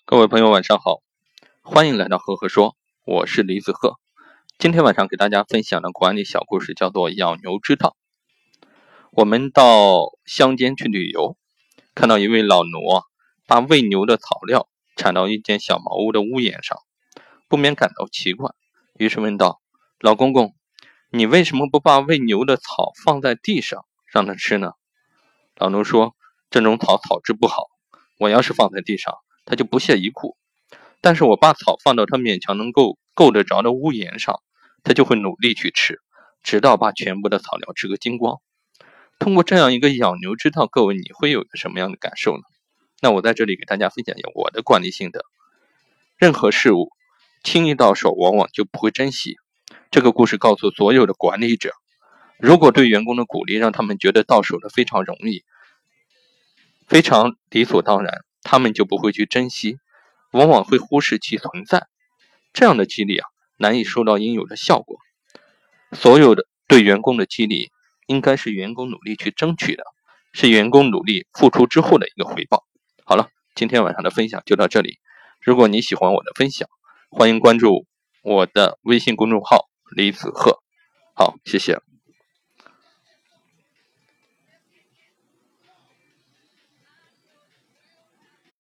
各位朋友晚上好，欢迎来到赫赫说，我是李子赫。今天晚上给大家分享的管理小故事叫做养牛之道。我们到乡间去旅游，看到一位老奴把喂牛的草料铲到一间小茅屋的屋檐上，不免感到奇怪，于是问道：老公公，你为什么不把喂牛的草放在地上让它吃呢？老奴说：这种草质不好，我要是放在地上，它就不屑一顾，但是我把草放到它勉强能够够得着的屋檐上，它就会努力去吃，直到把全部的草料吃个精光。通过这样一个养牛之道，各位你会有什么样的感受呢？那我在这里给大家分享一下我的管理心得。任何事物轻易到手往往就不会珍惜。这个故事告诉所有的管理者，如果对员工的鼓励让他们觉得到手的非常容易，非常理所当然，他们就不会去珍惜，往往会忽视其存在。这样的激励难以收到应有的效果。所有的对员工的激励应该是员工努力去争取的，是员工努力付出之后的一个回报。好了，今天晚上的分享就到这里。如果你喜欢我的分享，欢迎关注我的微信公众号李子赫。好，谢谢。